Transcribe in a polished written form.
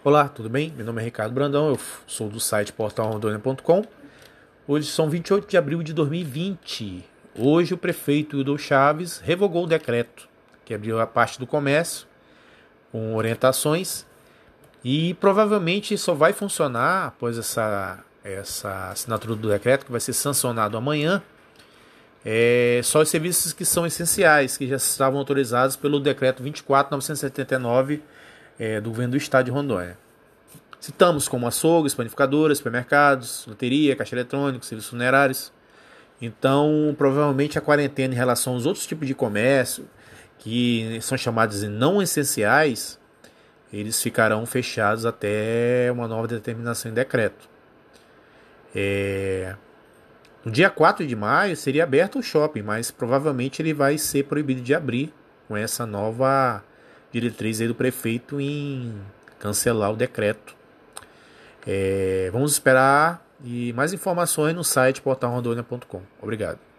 Olá, tudo bem? Meu nome é Ricardo Brandão, eu sou do site portalrondônia.com. Hoje são 28 de abril de 2020. Hoje o prefeito Hildo Chaves revogou o decreto que abriu a parte do comércio com orientações e provavelmente só vai funcionar após essa assinatura do decreto, que vai ser sancionado amanhã. Só os serviços que são essenciais, que já estavam autorizados pelo decreto 24.979 do governo do estado de Rondônia. Citamos como açougues, panificadoras, supermercados, loteria, caixa eletrônico, serviços funerários. Então, provavelmente a quarentena em relação aos outros tipos de comércio, que são chamados de não essenciais, eles ficarão fechados até uma nova determinação em decreto. No dia 4 de maio seria aberto o shopping, mas provavelmente ele vai ser proibido de abrir com essa nova diretriz aí do prefeito em cancelar o decreto. Vamos esperar e mais informações no site portalrondônia.com. Obrigado.